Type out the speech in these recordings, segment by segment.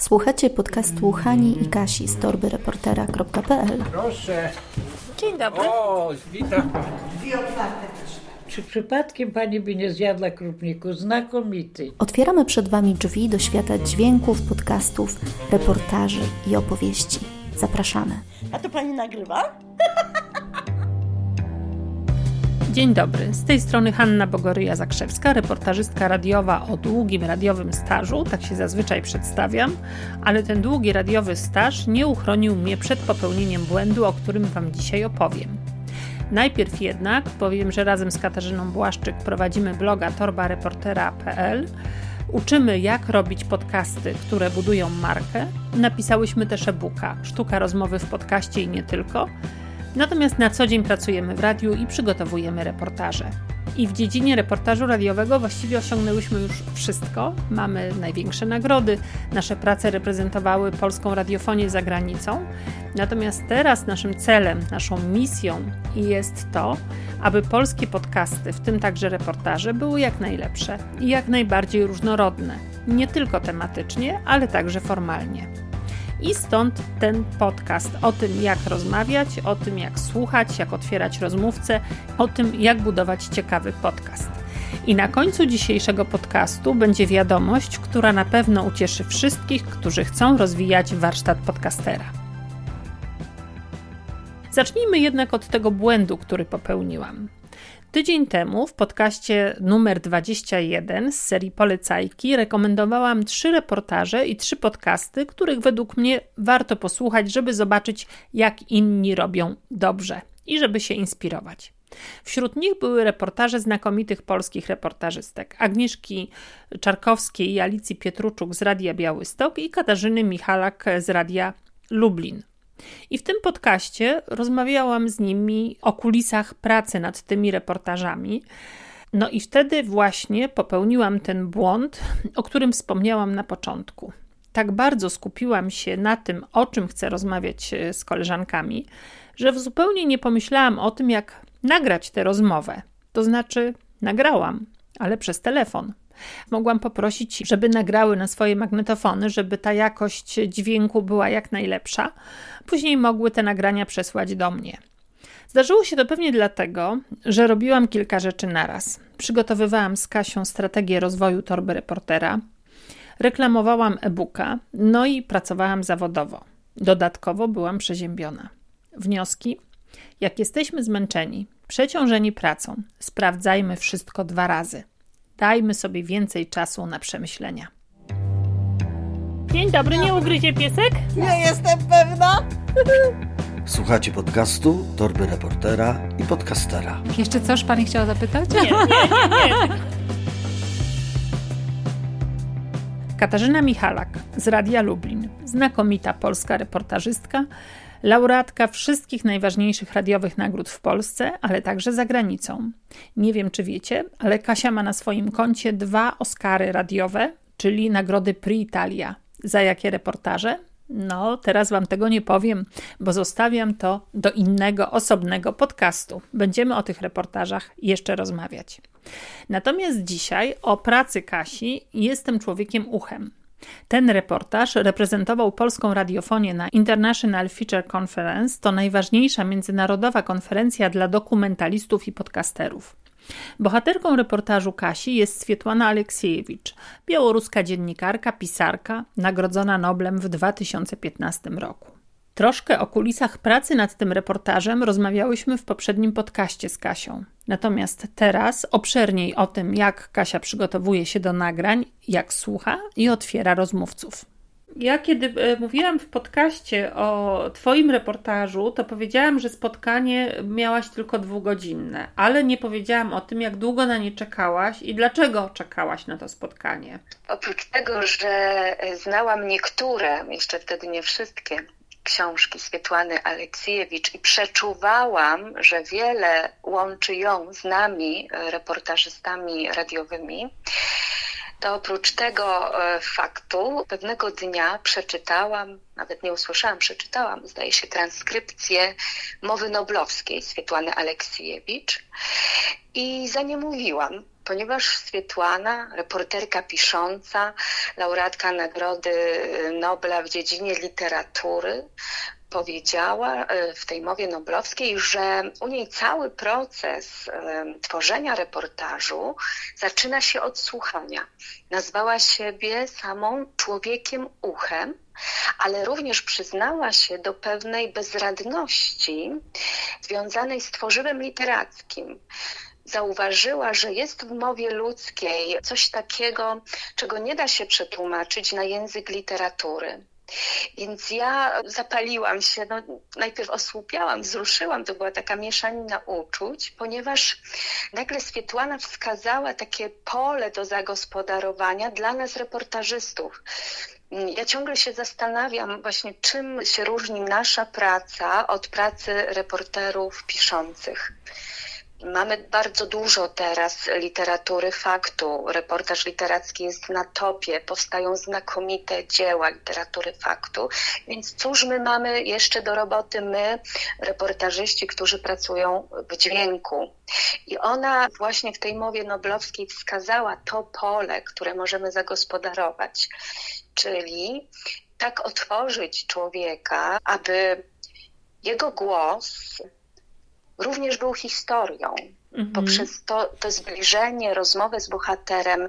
Słuchacie podcastu Hani i Kasi z torbyreportera.pl. Proszę. Dzień dobry. O, witam. Drzwi otwarte też. Czy przypadkiem pani by nie zjadła krupniku? Znakomity. Otwieramy przed Wami drzwi do świata dźwięków, podcastów, reportaży i opowieści. Zapraszamy. A to pani nagrywa? Dzień dobry, z tej strony Hanna Bogoryja-Zakrzewska, reportażystka radiowa o długim radiowym stażu, tak się zazwyczaj przedstawiam, ale ten długi radiowy staż nie uchronił mnie przed popełnieniem błędu, o którym Wam dzisiaj opowiem. Najpierw jednak powiem, że razem z Katarzyną Błaszczyk prowadzimy bloga torbareportera.pl. Uczymy, jak robić podcasty, które budują markę. Napisałyśmy też e-booka Sztuka rozmowy w podcaście i nie tylko. Natomiast na co dzień pracujemy w radiu i przygotowujemy reportaże. I w dziedzinie reportażu radiowego właściwie osiągnęłyśmy już wszystko. Mamy największe nagrody, nasze prace reprezentowały polską radiofonię za granicą. Natomiast teraz naszym celem, naszą misją jest to, aby polskie podcasty, w tym także reportaże, były jak najlepsze i jak najbardziej różnorodne. Nie tylko tematycznie, ale także formalnie. I stąd ten podcast o tym, jak rozmawiać, o tym, jak słuchać, jak otwierać rozmówcę, o tym, jak budować ciekawy podcast. I na końcu dzisiejszego podcastu będzie wiadomość, która na pewno ucieszy wszystkich, którzy chcą rozwijać warsztat podcastera. Zacznijmy jednak od tego błędu, który popełniłam. Tydzień temu w podcaście numer 21 z serii Polecajki rekomendowałam 3 reportaże i 3 podcasty, których według mnie warto posłuchać, żeby zobaczyć, jak inni robią dobrze i żeby się inspirować. Wśród nich były reportaże znakomitych polskich reportażystek Agnieszki Czarkowskiej i Alicji Pietruczuk z Radia Białystok i Katarzyny Michalak z Radia Lublin. I w tym podcaście rozmawiałam z nimi o kulisach pracy nad tymi reportażami. No i wtedy właśnie popełniłam ten błąd, o którym wspomniałam na początku. Tak bardzo skupiłam się na tym, o czym chcę rozmawiać z koleżankami, że zupełnie nie pomyślałam o tym, jak nagrać tę rozmowę. To znaczy nagrałam, ale przez telefon. Mogłam poprosić, żeby nagrały na swoje magnetofony, żeby ta jakość dźwięku była jak najlepsza. Później mogły te nagrania przesłać do mnie. Zdarzyło się to pewnie dlatego, że robiłam kilka rzeczy naraz. Przygotowywałam z Kasią strategię rozwoju Torby Reportera, reklamowałam e-booka, no i pracowałam zawodowo. Dodatkowo byłam przeziębiona. Wnioski? Jak jesteśmy zmęczeni, przeciążeni pracą, sprawdzajmy wszystko 2 razy. Dajmy sobie więcej czasu na przemyślenia. Dzień dobry, nie ugryzie piesek? Nie jestem pewna. Słuchacie podcastu Torby Reportera i Podcastera. Jeszcze coś pani chciała zapytać? Nie. Katarzyna Michalak z Radia Lublin, znakomita polska reportażystka, laureatka wszystkich najważniejszych radiowych nagród w Polsce, ale także za granicą. Nie wiem, czy wiecie, ale Kasia ma na swoim koncie 2 Oscary radiowe, czyli nagrody Prix Italia. Za jakie reportaże? No, teraz Wam tego nie powiem, bo zostawiam to do innego, osobnego podcastu. Będziemy o tych reportażach jeszcze rozmawiać. Natomiast dzisiaj o pracy Kasi Jestem człowiekiem uchem. Ten reportaż reprezentował polską radiofonię na International Feature Conference, to najważniejsza międzynarodowa konferencja dla dokumentalistów i podcasterów. Bohaterką reportażu Kasi jest Swietłana Aleksiejewicz, białoruska dziennikarka, pisarka, nagrodzona Noblem w 2015 roku. Troszkę o kulisach pracy nad tym reportażem rozmawiałyśmy w poprzednim podcaście z Kasią. Natomiast teraz obszerniej o tym, jak Kasia przygotowuje się do nagrań, jak słucha i otwiera rozmówców. Ja kiedy mówiłam w podcaście o Twoim reportażu, to powiedziałam, że spotkanie miałaś tylko 2-godzinne, ale nie powiedziałam o tym, jak długo na nie czekałaś i dlaczego czekałaś na to spotkanie. Oprócz tego, że znałam niektóre, jeszcze wtedy nie wszystkie, książki Swietłany Aleksiejewicz i przeczuwałam, że wiele łączy ją z nami, reportażystami radiowymi, to oprócz tego faktu pewnego dnia przeczytałam, nawet nie usłyszałam, przeczytałam, zdaje się, transkrypcję mowy noblowskiej Swietłany Aleksiejewicz i zaniemówiłam ponieważ Swietłana, reporterka pisząca, laureatka Nagrody Nobla w dziedzinie literatury, powiedziała w tej mowie noblowskiej, że u niej cały proces tworzenia reportażu zaczyna się od słuchania. Nazwała siebie samą człowiekiem uchem, ale również przyznała się do pewnej bezradności związanej z tworzywem literackim. Zauważyła, że jest w mowie ludzkiej coś takiego, czego nie da się przetłumaczyć na język literatury. Więc ja zapaliłam się, najpierw osłupiałam, wzruszyłam, to była taka mieszanina uczuć, ponieważ nagle Swietłana wskazała takie pole do zagospodarowania dla nas reportażystów. Ja ciągle się zastanawiam właśnie, czym się różni nasza praca od pracy reporterów piszących. Mamy bardzo dużo teraz literatury faktu. Reportaż literacki jest na topie. Powstają znakomite dzieła literatury faktu. Więc cóż my mamy jeszcze do roboty, my, reportażyści, którzy pracują w dźwięku. I ona właśnie w tej mowie noblowskiej wskazała to pole, które możemy zagospodarować. Czyli tak otworzyć człowieka, aby jego głos również był historią. Poprzez to zbliżenie, rozmowę z bohaterem,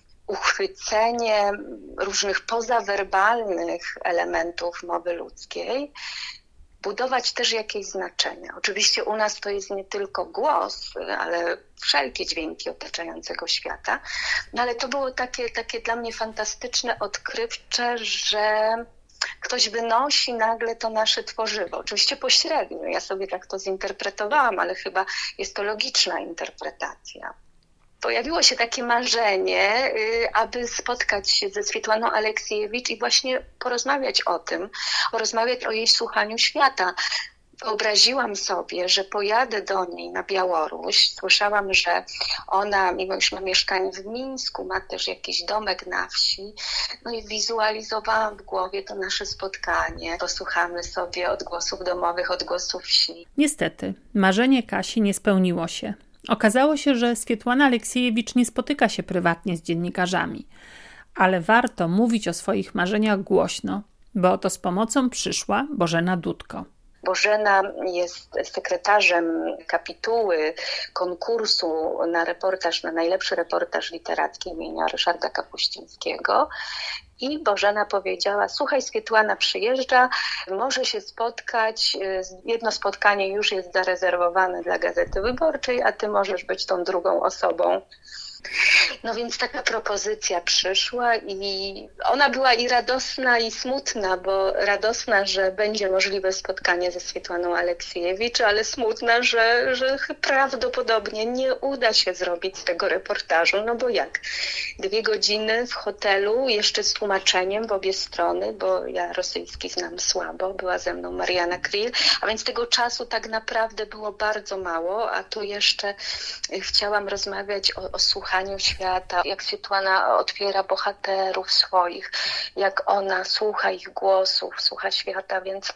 uchwycenie różnych pozawerbalnych elementów mowy ludzkiej, budować też jakieś znaczenia. Oczywiście u nas to jest nie tylko głos, ale wszelkie dźwięki otaczającego świata. No ale to było takie dla mnie fantastyczne, odkrywcze, że ktoś wynosi nagle to nasze tworzywo. Oczywiście pośrednio, ja sobie tak to zinterpretowałam, ale chyba jest to logiczna interpretacja. Pojawiło się takie marzenie, aby spotkać się ze Swietłaną Aleksiejewicz i właśnie porozmawiać o tym, porozmawiać o jej słuchaniu świata. Wyobraziłam sobie, że pojadę do niej na Białoruś. Słyszałam, że ona, mimo iż ma mieszkanie w Mińsku, ma też jakiś domek na wsi. No i wizualizowałam w głowie to nasze spotkanie. Posłuchamy sobie odgłosów domowych, odgłosów wsi. Niestety, marzenie Kasi nie spełniło się. Okazało się, że Swietłana Aleksiejewicz nie spotyka się prywatnie z dziennikarzami. Ale warto mówić o swoich marzeniach głośno, bo oto z pomocą przyszła Bożena Dudko. Bożena jest sekretarzem kapituły konkursu na reportaż, na najlepszy reportaż literacki imienia Ryszarda Kapuścińskiego. I Bożena powiedziała: słuchaj, Swietłana przyjeżdża, może się spotkać, jedno spotkanie już jest zarezerwowane dla Gazety Wyborczej, a ty możesz być tą drugą osobą. No więc taka propozycja przyszła i ona była i radosna, i smutna, bo radosna, że będzie możliwe spotkanie ze Swietłaną Aleksiejewicz, ale smutna, że prawdopodobnie nie uda się zrobić z tego reportażu, no bo jak? 2 godziny w hotelu, jeszcze z tłumaczeniem w obie strony, bo ja rosyjski znam słabo, była ze mną Mariana Krill, a więc tego czasu tak naprawdę było bardzo mało, a tu jeszcze chciałam rozmawiać o słuchaniu świata, jak Swietłana otwiera bohaterów swoich, jak ona słucha ich głosów, słucha świata, więc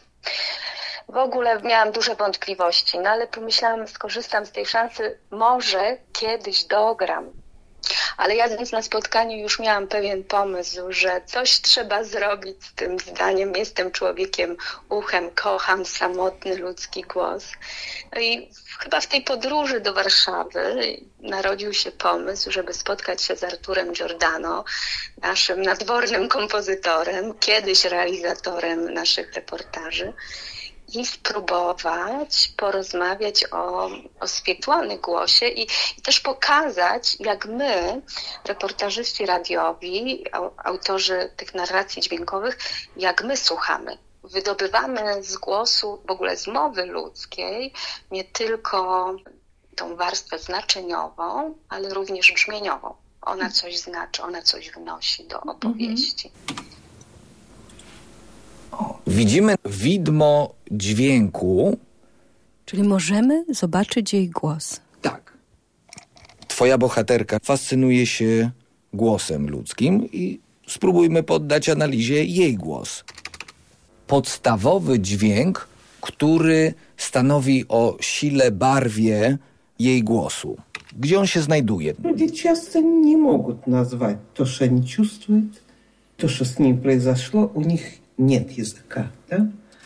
w ogóle miałam duże wątpliwości, no ale pomyślałam, skorzystam z tej szansy, może kiedyś dogram. Ale jadąc na spotkaniu już miałam pewien pomysł, że coś trzeba zrobić z tym zdaniem. Jestem człowiekiem uchem, kocham samotny ludzki głos. No i chyba w tej podróży do Warszawy narodził się pomysł, żeby spotkać się z Arturem Giordano, naszym nadwornym kompozytorem, kiedyś realizatorem naszych reportaży. I spróbować porozmawiać o Swietłany głosie i też pokazać, jak my, reportażyści radiowi, autorzy tych narracji dźwiękowych, jak my słuchamy. Wydobywamy z głosu, w ogóle z mowy ludzkiej, nie tylko tą warstwę znaczeniową, ale również brzmieniową. Ona coś znaczy, ona coś wnosi do opowieści. Widzimy widmo dźwięku. Czyli możemy zobaczyć jej głos. Tak. Twoja bohaterka fascynuje się głosem ludzkim i spróbujmy poddać analizie jej głos. Podstawowy dźwięk, który stanowi o sile, barwie jej głosu. Gdzie on się znajduje? Люди часто не могут назвать то, что они чувствуют, то, что с ним произошло. У них нет языка, да?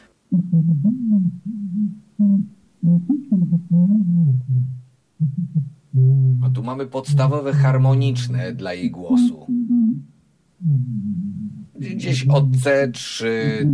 No tu mamy podstawowe harmoniczne dla jej głosu. Gdzieś od C3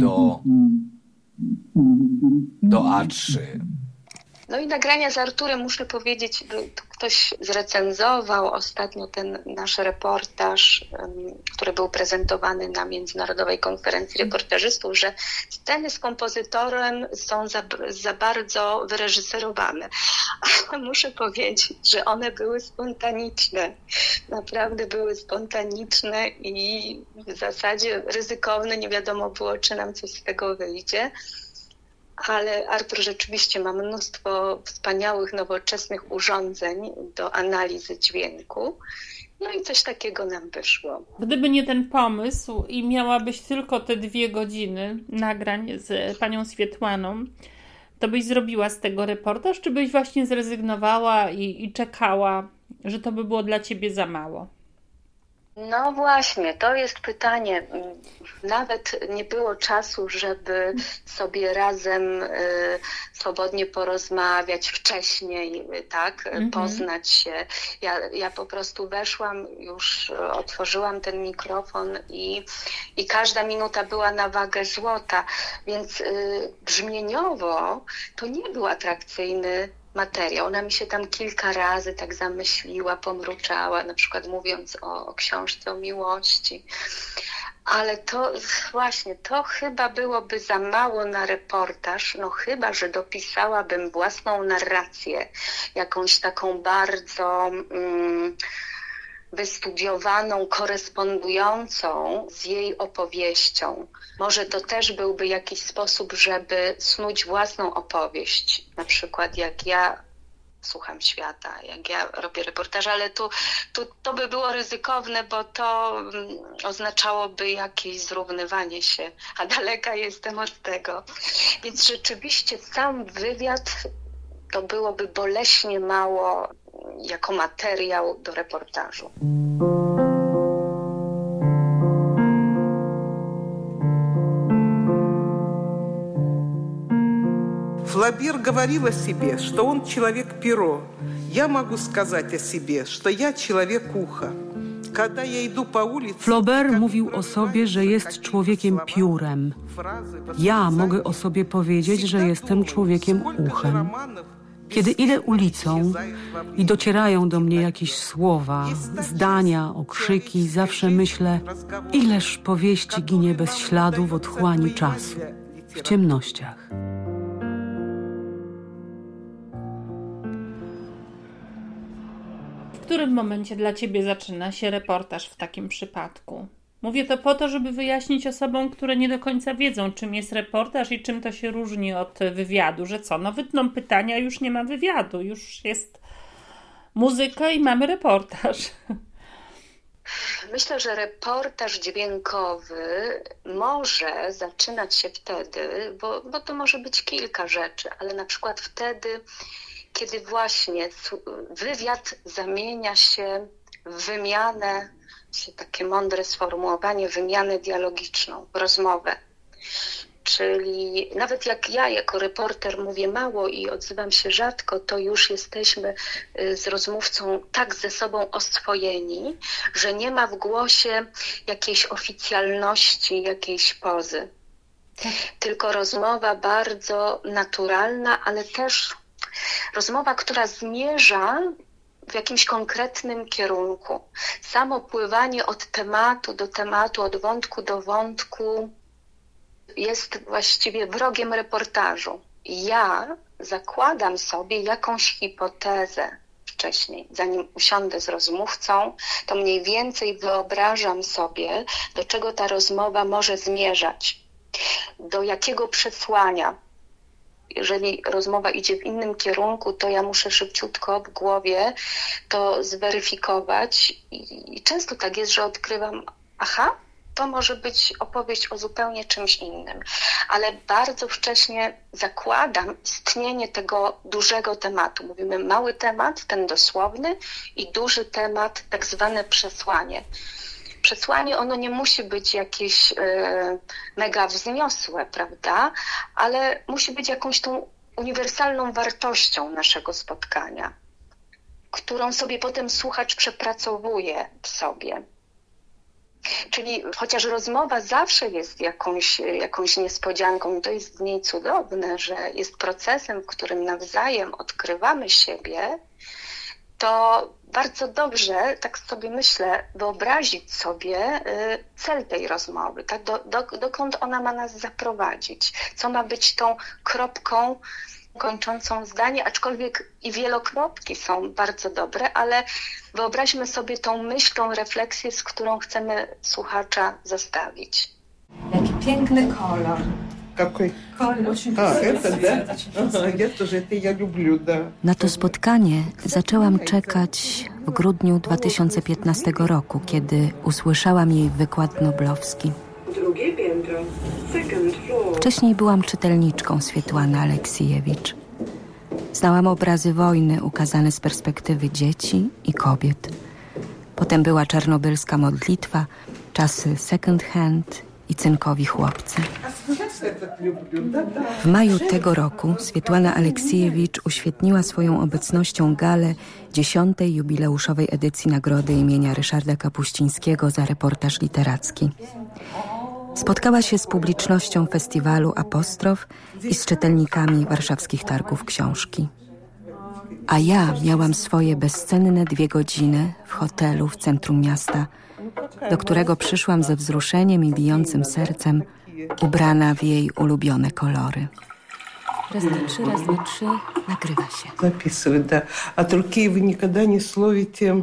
do A3. No i nagrania z Arturem, muszę powiedzieć, ktoś zrecenzował ostatnio ten nasz reportaż, który był prezentowany na Międzynarodowej Konferencji Reportażystów, że sceny z kompozytorem są za bardzo wyreżyserowane. Ale muszę powiedzieć, że one były spontaniczne. Naprawdę były spontaniczne i w zasadzie ryzykowne. Nie wiadomo było, czy nam coś z tego wyjdzie. Ale Artur rzeczywiście ma mnóstwo wspaniałych, nowoczesnych urządzeń do analizy dźwięku. No i coś takiego nam wyszło. Gdyby nie ten pomysł i miałabyś tylko te 2 godziny nagrań z panią Swietłaną, to byś zrobiła z tego reportaż, czy byś właśnie zrezygnowała i czekała, że to by było dla ciebie za mało? No właśnie, to jest pytanie. Nawet nie było czasu, żeby sobie razem swobodnie porozmawiać wcześniej, tak, poznać się. Ja po prostu weszłam, już otworzyłam ten mikrofon i każda minuta była na wagę złota, więc brzmieniowo to nie był atrakcyjny materiał. Ona mi się tam kilka razy tak zamyśliła, pomruczała, na przykład mówiąc o książce o miłości. Ale to właśnie, to chyba byłoby za mało na reportaż, no chyba że dopisałabym własną narrację, jakąś taką bardzo wystudiowaną, korespondującą z jej opowieścią. Może to też byłby jakiś sposób, żeby snuć własną opowieść. Na przykład jak ja słucham świata, jak ja robię reportaże, ale to by było ryzykowne, bo to oznaczałoby jakieś zrównywanie się, a daleka jestem od tego. Więc rzeczywiście sam wywiad to byłoby boleśnie mało jako materiał do reportażu. Флабер говорил о себе, что он человек-перо. Я могу сказать о себе, что я человек-ухо. Когда я иду по улице... Flaubert mówił o sobie, że jest człowiekiem piórem. Ja mogę o sobie powiedzieć, że jestem człowiekiem uchem. Kiedy idę ulicą i docierają do mnie jakieś słowa, zdania, okrzyki, zawsze myślę, ileż powieści ginie bez śladu w otchłani czasu, w ciemnościach. W którym momencie dla ciebie zaczyna się reportaż w takim przypadku? Mówię to po to, żeby wyjaśnić osobom, które nie do końca wiedzą, czym jest reportaż i czym to się różni od wywiadu, że co, no wytną pytania, już nie ma wywiadu, już jest muzyka i mamy reportaż. Myślę, że reportaż dźwiękowy może zaczynać się wtedy, bo to może być kilka rzeczy, ale na przykład wtedy, kiedy właśnie wywiad zamienia się w wymianę, takie mądre sformułowanie, wymianę dialogiczną, rozmowę. Czyli nawet jak ja jako reporter mówię mało i odzywam się rzadko, to już jesteśmy z rozmówcą tak ze sobą oswojeni, że nie ma w głosie jakiejś oficjalności, jakiejś pozy. Tylko rozmowa bardzo naturalna, ale też rozmowa, która zmierza w jakimś konkretnym kierunku. Samo pływanie od tematu do tematu, od wątku do wątku jest właściwie wrogiem reportażu. Ja zakładam sobie jakąś hipotezę wcześniej. Zanim usiądę z rozmówcą, to mniej więcej wyobrażam sobie, do czego ta rozmowa może zmierzać, do jakiego przesłania. Jeżeli rozmowa idzie w innym kierunku, to ja muszę szybciutko w głowie to zweryfikować i często tak jest, że odkrywam, aha, to może być opowieść o zupełnie czymś innym. Ale bardzo wcześnie zakładam istnienie tego dużego tematu. Mówimy mały temat, ten dosłowny, i duży temat, tak zwane przesłanie. Przesłanie, ono nie musi być jakieś mega wzniosłe, prawda? Ale musi być jakąś tą uniwersalną wartością naszego spotkania, którą sobie potem słuchacz przepracowuje w sobie. Czyli chociaż rozmowa zawsze jest jakąś niespodzianką, to jest w niej cudowne, że jest procesem, w którym nawzajem odkrywamy siebie, to bardzo dobrze, tak sobie myślę, wyobrazić sobie cel tej rozmowy, tak? Dokąd ona ma nas zaprowadzić, co ma być tą kropką kończącą zdanie, aczkolwiek i wielokropki są bardzo dobre, ale wyobraźmy sobie tą myśl, tą refleksję, z którą chcemy słuchacza zostawić. Jaki piękny kolor. Какой? Это, да? Я тоже, это я люблю, да. Na to spotkanie zaczęłam czekać w grudniu 2015 roku, kiedy usłyszałam jej wykład noblowski. Drugie piętro. Second floor. Wcześniej byłam czytelniczką Swietłany Aleksijewicz. Znałam obrazy wojny ukazane z perspektywy dzieci i kobiet. Potem była czarnobylska modlitwa, czasy second hand i cynkowi chłopcy. W maju tego roku Swietłana Aleksijewicz uświetniła swoją obecnością galę 10. jubileuszowej edycji nagrody imienia Ryszarda Kapuścińskiego za reportaż literacki. Spotkała się z publicznością festiwalu Apostrof i z czytelnikami warszawskich targów książki. A ja miałam swoje bezcenne 2 godziny w hotelu w centrum miasta, do którego przyszłam ze wzruszeniem i bijącym sercem, ubrana w jej ulubione kolory. Raz, dwa, trzy, nagrywa się. Записывать, да. От руки вы никогда не словите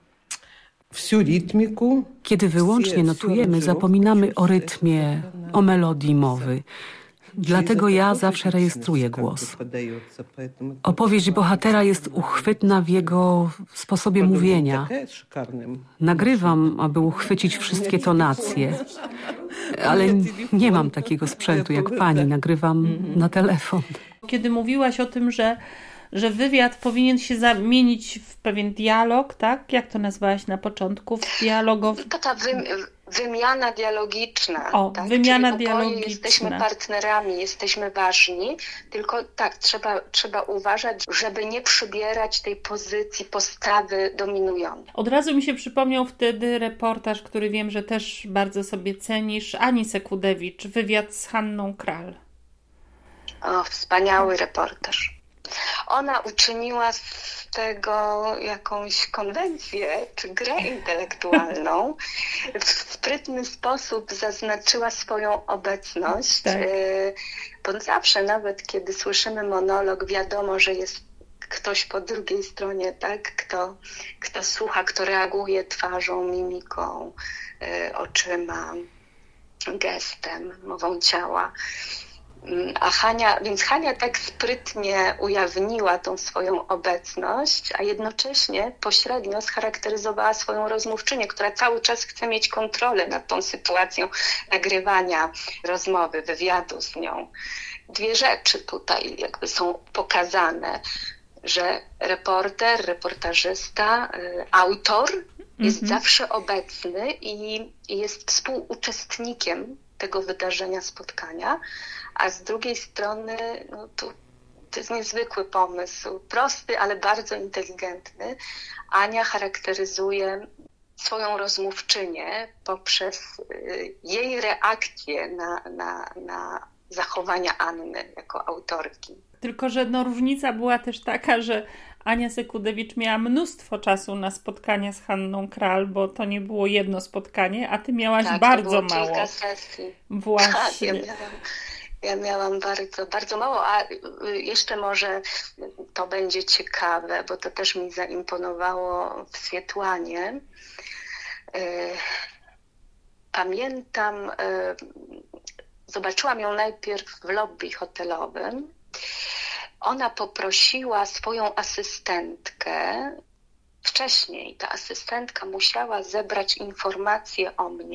всю ритмику. Kiedy wyłącznie notujemy, zapominamy o rytmie, o melodii mowy. Dlatego ja zawsze rejestruję głos. Opowieść bohatera jest uchwytna w jego sposobie mówienia. Nagrywam, aby uchwycić wszystkie tonacje. Ale nie mam takiego sprzętu jak pani. Nagrywam na telefon. Kiedy mówiłaś o tym, że wywiad powinien się zamienić w pewien dialog, tak? Jak to nazwałaś na początku? Dialogowy. Taka wymiana dialogiczna. O, tak? wymiana Czyli dialogiczna. Jesteśmy partnerami, jesteśmy ważni, tylko tak, trzeba uważać, żeby nie przybierać tej pozycji, postawy dominującej. Od razu mi się przypomniał wtedy reportaż, który wiem, że też bardzo sobie cenisz, Ani Sekudewicz, wywiad z Hanną Kral. O, wspaniały reportaż. Ona uczyniła z tego jakąś konwencję czy grę intelektualną. W sprytny sposób zaznaczyła swoją obecność. Tak. Bo zawsze, nawet kiedy słyszymy monolog, wiadomo, że jest ktoś po drugiej stronie, tak? Kto słucha, kto reaguje twarzą, mimiką, oczyma, gestem, mową ciała. A Hania tak sprytnie ujawniła tą swoją obecność, a jednocześnie pośrednio scharakteryzowała swoją rozmówczynię, która cały czas chce mieć kontrolę nad tą sytuacją nagrywania rozmowy, wywiadu z nią. 2 rzeczy tutaj jakby są pokazane, że reportażysta, autor jest zawsze obecny i jest współuczestnikiem tego wydarzenia, spotkania, a z drugiej strony to jest niezwykły pomysł, prosty, ale bardzo inteligentny. Ania charakteryzuje swoją rozmówczynię poprzez jej reakcję na zachowania Anny jako autorki. Tylko że różnica była też taka, że Ania Sekudewicz miała mnóstwo czasu na spotkania z Hanną Kral, bo to nie było jedno spotkanie, a ty miałaś bardzo mało. Kilka sesji. Właśnie. Tak, ja miałam bardzo, bardzo mało, a jeszcze może to będzie ciekawe, bo to też mi zaimponowało w Swietłanie. Pamiętam, zobaczyłam ją najpierw w lobby hotelowym. Ona poprosiła swoją asystentkę. Wcześniej ta asystentka musiała zebrać informacje o mnie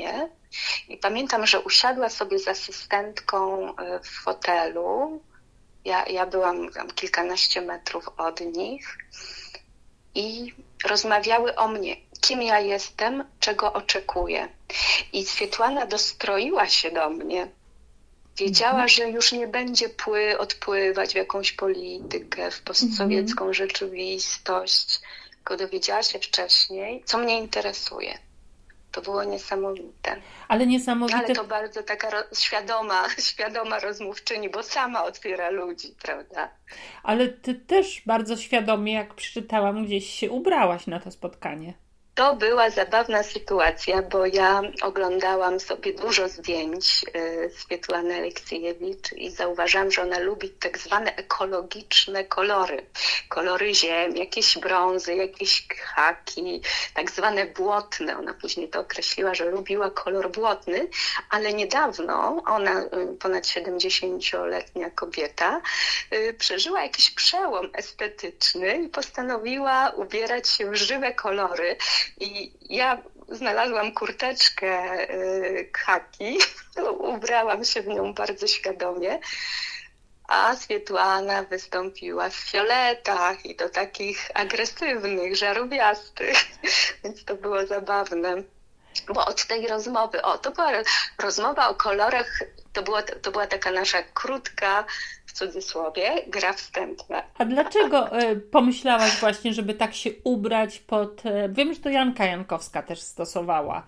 I pamiętam, że usiadła sobie z asystentką w fotelu. Ja byłam tam kilkanaście metrów od nich i rozmawiały o mnie, kim ja jestem, czego oczekuję. I Swietłana dostroiła się do mnie. Wiedziała, że już nie będzie odpływać w jakąś politykę, w postsowiecką rzeczywistość, tylko dowiedziała się wcześniej, co mnie interesuje. To było niesamowite. Ale to bardzo taka świadoma rozmówczyni, bo sama otwiera ludzi, prawda? Ale ty też bardzo świadomie, jak przeczytałam, gdzieś się ubrałaś na to spotkanie. To była zabawna sytuacja, bo ja oglądałam sobie dużo zdjęć Swietłany Aleksiejewicz i zauważyłam, że ona lubi tak zwane ekologiczne kolory. Kolory ziemi, jakieś brązy, jakieś khaki, tak zwane błotne. Ona później to określiła, że lubiła kolor błotny, ale niedawno ona, ponad 70-letnia kobieta, przeżyła jakiś przełom estetyczny i postanowiła ubierać się w żywe kolory. I ja znalazłam kurteczkę khaki, ubrałam się w nią bardzo świadomie, a Swietłana wystąpiła w fioletach i to takich agresywnych, żarówiastych, więc to było zabawne. Bo od tej rozmowy, to była rozmowa o kolorach, to była taka nasza krótka, w cudzysłowie, gra wstępna. A dlaczego pomyślałaś właśnie, żeby tak się ubrać pod... Wiem, że to Janka Jankowska też stosowała.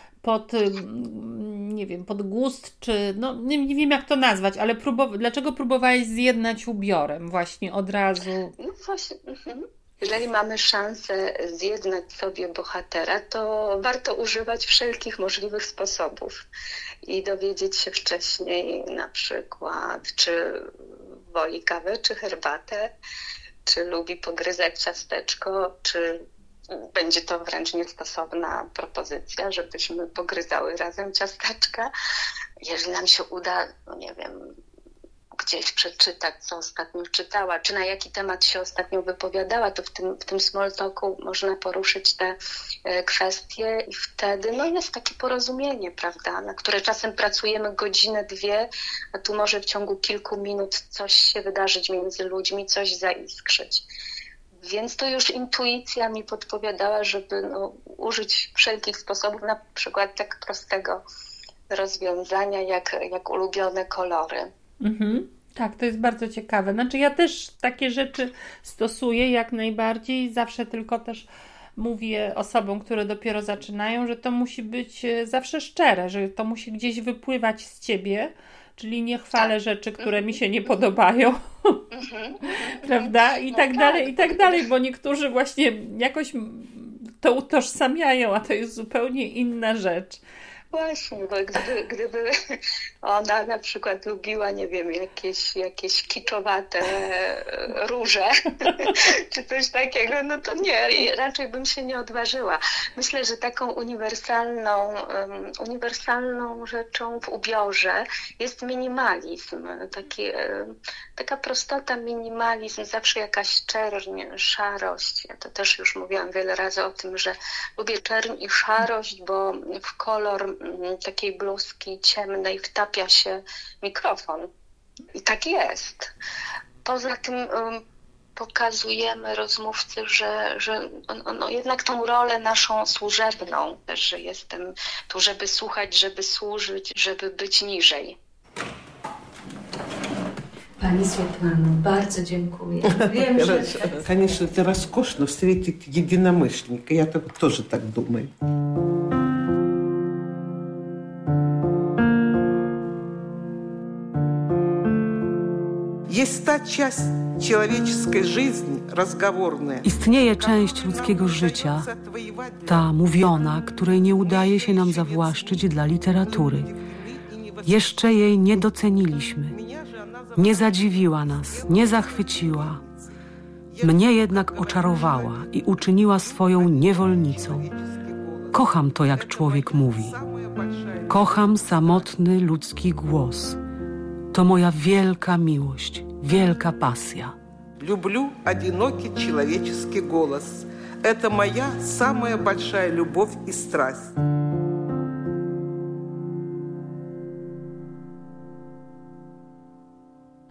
Pod gust, czy... No, nie wiem, jak to nazwać, ale dlaczego próbowałaś zjednać ubiorem właśnie od razu? No właśnie... Jeżeli mamy szansę zjednać sobie bohatera, to warto używać wszelkich możliwych sposobów i dowiedzieć się wcześniej na przykład, czy woli kawę, czy herbatę, czy lubi pogryzać ciasteczko, czy będzie to wręcz niestosowna propozycja, żebyśmy pogryzały razem ciasteczka. Jeżeli nam się uda, nie wiem, gdzieś przeczytać, co ostatnio czytała, czy na jaki temat się ostatnio wypowiadała, to w tym small talku można poruszyć te kwestie i wtedy jest takie porozumienie, prawda, na które czasem pracujemy godzinę, dwie, a tu może w ciągu kilku minut coś się wydarzyć między ludźmi, coś zaiskrzyć. Więc to już intuicja mi podpowiadała, żeby użyć wszelkich sposobów, na przykład tak prostego rozwiązania, jak ulubione kolory. Tak, to jest bardzo ciekawe. Znaczy ja też takie rzeczy stosuję jak najbardziej. Zawsze tylko też mówię osobom, które dopiero zaczynają, że to musi być zawsze szczere, że to musi gdzieś wypływać z ciebie, czyli nie chwalę rzeczy, które mi się nie podobają. Prawda? I tak dalej, bo niektórzy właśnie jakoś to utożsamiają, a to jest zupełnie inna rzecz. Właśnie, bo gdyby ona na przykład lubiła, nie wiem, jakieś kiczowate róże, czy coś takiego, to nie, raczej bym się nie odważyła. Myślę, że taką uniwersalną rzeczą w ubiorze jest minimalizm. Taka prostota, minimalizm, zawsze jakaś czerń, szarość. Ja to też już mówiłam wiele razy o tym, że lubię czerń i szarość, bo w kolor takiej bluzki ciemnej wtapia się mikrofon. I tak jest. Poza tym pokazujemy rozmówcy, że jednak tą rolę naszą służebną, też, że jestem tu, żeby słuchać, żeby służyć, żeby być niżej. Pani Swietłano, bardzo dziękuję. Wiem, że... Конечно, это роскошно встретить единомышленника. Я тоже так думаю. Есть та часть человеческой жизни, разговорная. Istnieje część ludzkiego życia, ta mówiona, której nie udaje się nam zawłaszczyć dla literatury. Jeszcze jej nie doceniliśmy. Nie zadziwiła nas, nie zachwyciła. Mnie jednak oczarowała i uczyniła swoją niewolnicą. Kocham to, jak człowiek mówi. Kocham samotny ludzki głos. To moja wielka miłość, wielka pasja. Люблю одинокий человеческий голос. Это моя самая большая любовь и страсть.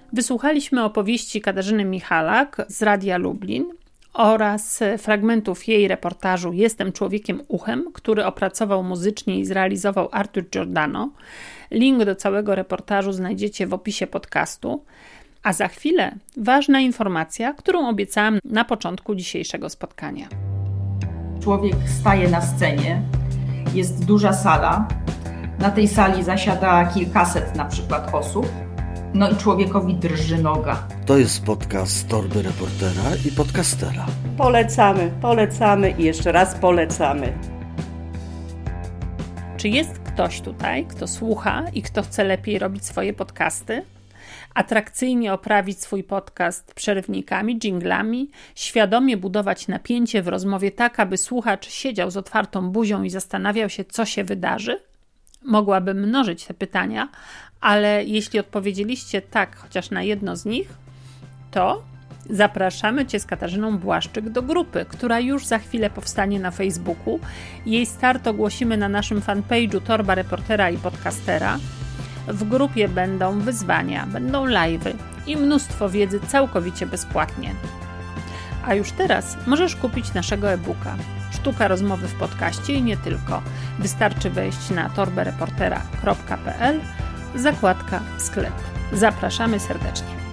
Wysłuchaliśmy opowieści Katarzyny Michalak z Radia Lublin oraz fragmentów jej reportażu Jestem człowiekiem uchem, który opracował muzycznie i zrealizował Artur Giordano. Link do całego reportażu znajdziecie w opisie podcastu. A za chwilę ważna informacja, którą obiecałam na początku dzisiejszego spotkania. Człowiek staje na scenie, jest duża sala, na tej sali zasiada kilkaset na przykład osób, no i człowiekowi drży noga. To jest podcast Torby Reportera i Podcastera. Polecamy i jeszcze raz polecamy. Czy jest ktoś tutaj, kto słucha i kto chce lepiej robić swoje podcasty? Atrakcyjnie oprawić swój podcast przerywnikami, dżinglami, świadomie budować napięcie w rozmowie tak, aby słuchacz siedział z otwartą buzią i zastanawiał się, co się wydarzy? Mogłabym mnożyć te pytania, ale jeśli odpowiedzieliście tak chociaż na jedno z nich, to zapraszamy Cię z Katarzyną Błaszczyk do grupy, która już za chwilę powstanie na Facebooku. Jej start ogłosimy na naszym fanpage'u Torba Reportera i Podcastera. W grupie będą wyzwania, będą live'y i mnóstwo wiedzy całkowicie bezpłatnie. A już teraz możesz kupić naszego e-booka Sztuka rozmowy w podcaście i nie tylko. Wystarczy wejść na torbereportera.pl, zakładka sklep. Zapraszamy serdecznie.